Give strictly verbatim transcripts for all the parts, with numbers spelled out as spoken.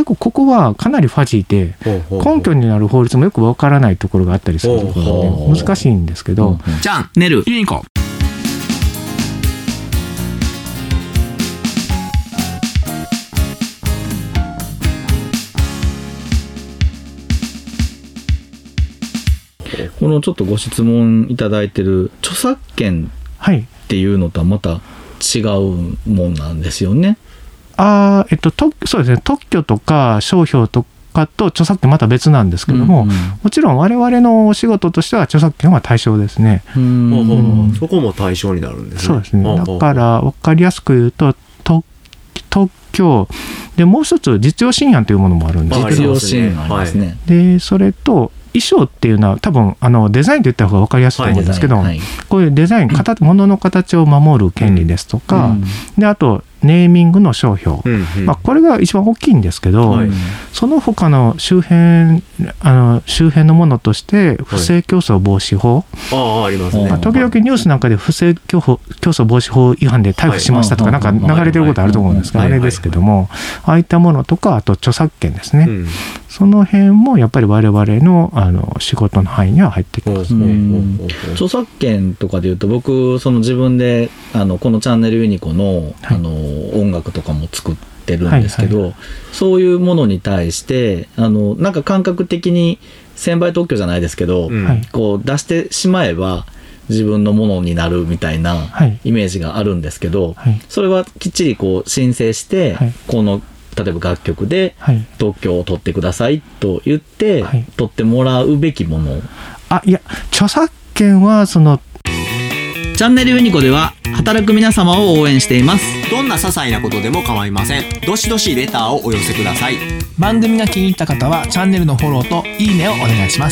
結構ここはかなりファジーで根拠になる法律もよくわからないところがあったりするところで、ね、難しいんですけど、 じゃんねるユニコこのちょっとご質問いただいてる著作権っていうのとはまた違うもんなんですよね。 あえっと、とそうですね、特許とか商標とかと著作権また別なんですけども、うんうん、もちろん我々のお仕事としては著作権は対象ですね。 うん、うん、そこも対象になるんですね。 そうですね。だから分かりやすく言うと特特許で、もう一つ実用新案というものもあるんですけど、 実用新案ですね。 でそれと衣装っていうのは多分あのデザインといった方が分かりやすいと思うんですけど、はいはい、こういうデザイン、物の形を守る権利ですとか、うん、であとネーミングの商標、うんうん、まあ、これが一番大きいんですけど、はい、その他の周辺あの周辺のものとして不正競争防止法、 はい、あありますね、 まあ、時々ニュースなんかで不正競争防止法違反で逮捕しましたとか、なんか流れてることあると思うんですが、あれですけども、ああいったものとか、あと著作権ですね、うん、その辺もやっぱり我々の、あの仕事の範囲には入ってきますね。 著作権とかでいうと、僕その自分であのこのチャンネルユニコの、はい、あの音楽とかも作ってるんですけど、はいはい、そういうものに対してあのなんか感覚的に専売特許じゃないですけど、うん、こう出してしまえば自分のものになるみたいなイメージがあるんですけど、はい、それはきっちりこう申請して、はい、この例えば楽曲で特許を取ってくださいと言って、はい、取ってもらうべきもの。 あ、いや、著作権はそのチャンネルユニコでは働く皆様を応援しています。 どんな些細なことでも構いません。どしどしレターをお寄せください。 番組が気に入った方はチャンネルのフォローといいねをお願いします。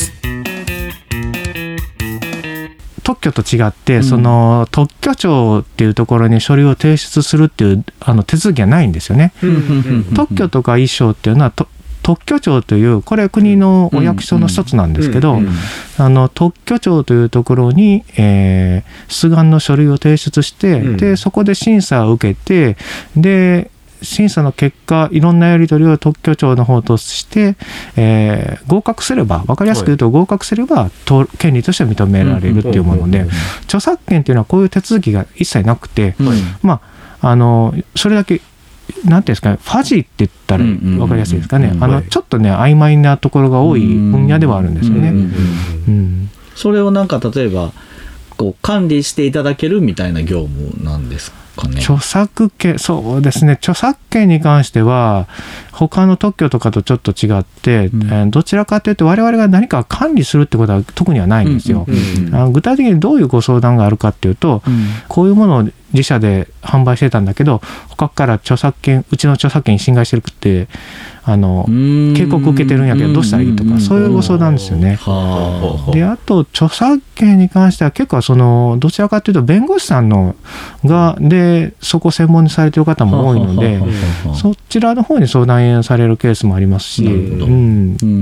特許と違って、うん、その特許庁っていうところに書類を提出するっていうあの手続きはないんですよね。特許とか衣装っていうのはと特許庁というこれは国のお役所の一つなんですけど、あの特許庁というところに、えー、出願の書類を提出して、うん、でそこで審査を受けて、で審査の結果いろんなやり取りを特許庁の方として、えー、合格すれば、分かりやすく言うと合格すれば権利として認められるっていうもので、著作権っていうのはこういう手続きが一切なくて、うん、まああのそれだけなんていうんですかね、ファジーって言ったら分かりやすいですかね、あのちょっとね曖昧なところが多い分野ではあるんですよね。 それをなんか例えばこう管理していただけるみたいな業務なんですかね。 著作権、そうですね、著作権に関しては他の特許とかとちょっと違って、うんえー、どちらかというと我々が何か管理するってことは特にはないんですよ。あの具体的にどういうご相談があるかっていうと、うん、こういうものを自社で販売してたんだけど他から著作権うちの著作権に侵害してるってあの警告受けてるんやけどどうしたらいいとか、そういうご相談ですよね。であと著作権に関しては結構そのどちらかというと弁護士さんのがでそこを専門にされてる方も多いのでそちらの方に相談されるケースもありますし、うん、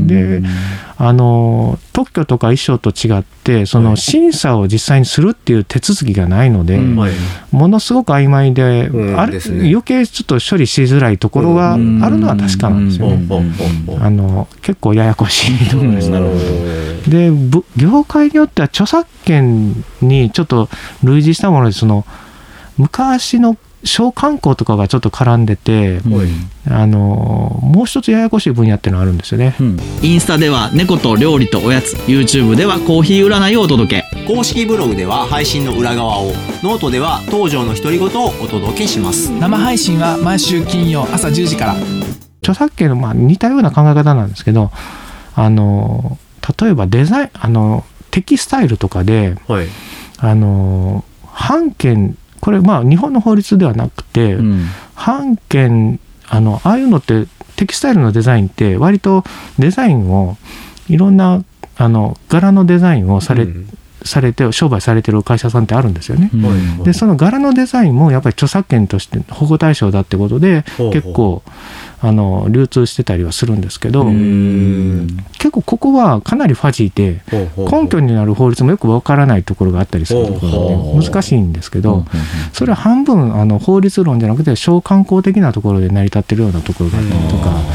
であの特許とか衣装と違ってその審査を実際にするっていう手続きがないので、はい、ものすごく曖昧で、うん、あれですね、余計ちょっと処理しづらいところがあるのは確かなんですよね。あの結構ややこしいところですね。で業界によっては著作権にちょっと類似したものでその昔の商慣行とかがちょっと絡んでて、うん、あのもう一つややこしい分野っていうのがあるんですよね、うん、 インスタでは猫と料理とおやつ YouTube ではコーヒー占いをお届け、 公式ブログでは配信の裏側を、ノートでは東條の独り言をお届けします。 生配信は毎週金曜朝じゅうじから。 著作権のまあ似たような考え方なんですけど、あの例えばデザインあのテキスタイルとかで、はい、あの版権これまあ日本の法律ではなくて、うん、版権あのああいうのってテキスタイルのデザインって割とデザインをいろんなあの柄のデザインをされ、うん、されて商売されてる会社さんってあるんですよね、うん、でその柄のデザインもやっぱり著作権として保護対象だってことで結構あの流通してたりはするんですけど、結構ここはかなりファジーで根拠になる法律もよくわからないところがあったりするところで難しいんですけど、それは半分あの法律論じゃなくて商慣行的なところで成り立ってるようなところがあったりとか、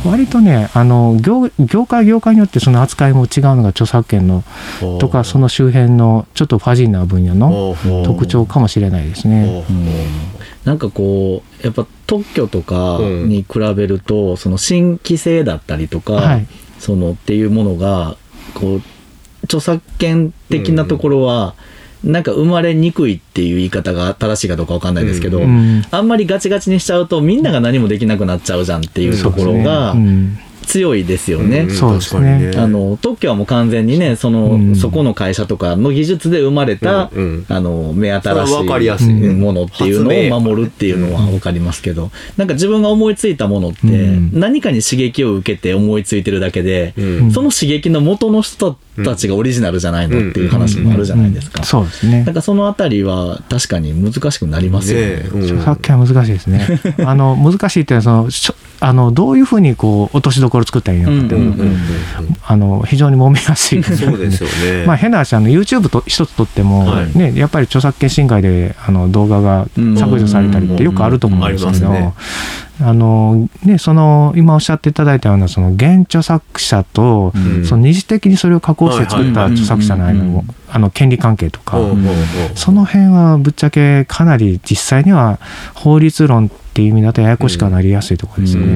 割とねあの 業, 業界業界によってその扱いも違うのが著作権のとかその周辺のちょっとファジーな分野の特徴かもしれないですね。 うん、なんかこうやっぱ特許とかに比べると、うん、その新規性だったりとか、はい、そのっていうものがこう著作権的なところは、うん、なんか生まれにくいっていう言い方が正しいかどうか分かんないですけど、うん、あんまりガチガチにしちゃうとみんなが何もできなくなっちゃうじゃんっていうところが強いですよね。 うん、そうですね。 あの特許はもう完全にねその、うん、そこの会社とかの技術で生まれた、うんうん、あの目新しいものっていうのを守るっていうのは分かりますけど、なんか自分が思いついたものって何かに刺激を受けて思いついてるだけで、うん、その刺激の元の人たちがオリジナルじゃないのっていう話もあるじゃないですか。 そうですね。 なんかそのあたりは確かに難しくなりますよね。 ね、著作権は難しいですね。あの難しいっていうのはそのあのどういうふうにこう落としどころを作ったらいいのかっていう、あの非常に揉めやすい。 そうですよね。 まあ変な話あの YouTube と一つとっても、はい、ねやっぱり著作権侵害であの動画が削除されたりってよくあると思うんですけど。あのね、その今おっしゃっていただいたようなその原著作者と、うん、その二次的にそれを加工して作った著作者の間のあの権利関係とか、うん、その辺はぶっちゃけかなり実際には法律論っていう意味だとややこしくはなりやすいところですよね。うん、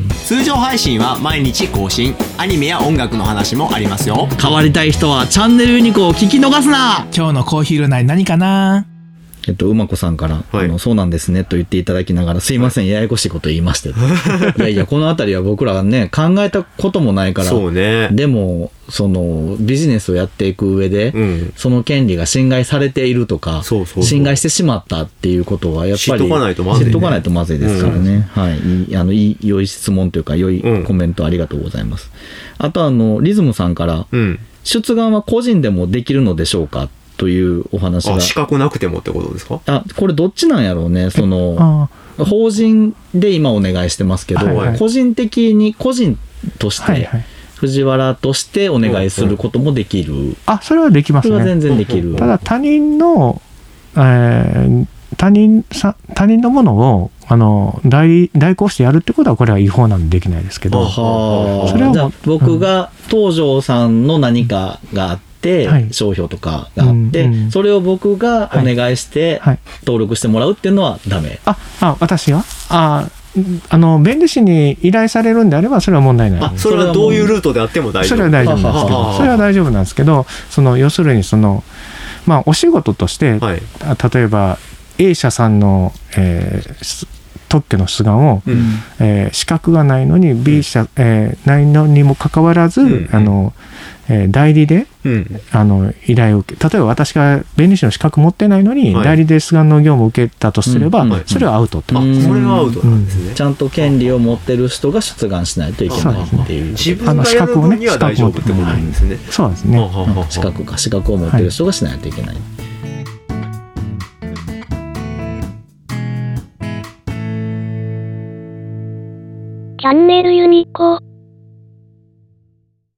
通常配信は毎日更新、アニメや音楽の話もありますよ。 変わりたい人はチャンネルユニコを聞き逃すな。 今日のコーヒー占い何かな。 えっと、うまこさんから、はい、あのそうなんですねと言っていただきながらすいません、はい、ややこしいこと言いましていやいやこのあたりは僕らがね考えたこともないから。 そうね。 でもそのビジネスをやっていく上で、うん、その権利が侵害されているとかそうそうそう侵害してしまったっていうことはやっぱり知っとかないとまずいね。 知っとかないとまずいですからね、うん、はい、あのいい良い質問というか良いコメントありがとうございます、うん、あとあのリズムさんから、うん、出願は個人でもできるのでしょうかというお話が。 あ、資格なくてもってことですか。 あ、これどっちなんやろうね。その法人で今お願いしてますけど、はいはい、個人的に個人として、はいはい、藤原としてお願いすることもできる。うんうん、 あ、それはできますね。 それは全然できる。 ただ他人の、えー、他人さ他人のものをあの 代, 代行してやるってことはこれは違法なんでできないですけど。 それはじゃあ僕が東條さんの何かがあって。はい、商標とかがあって、うんうん、それを僕がお願いして登録してもらうっていうのはダメ。 ああ、私はああの弁理士に依頼されるんであればそれは問題ない。 あ、それはどういうルートであっても大丈夫。 それは大丈夫なんですけど、それは大丈夫なんですけど、その要するにその、まあ、お仕事として、はい、例えば A 社さんの、えー特許の出願を、うんえー、資格がないのに B 社、うんえー、ないのにもかかわらず、うん、あのえー、代理で、うん、あの依頼を受け、例えば私が弁理士の資格持ってないのに、はい、代理で出願の業務を受けたとすれば、うんはい、それはアウトってことですね。 それはアウトなんですね、うん、 ちゃんと権利を持ってる人が出願しないといけないっていう。 自分がやる分には大丈夫ってことなんですね。 そうですね。 資格か資格を持ってる人がしないといけない、はい。 チャンネルユニコ。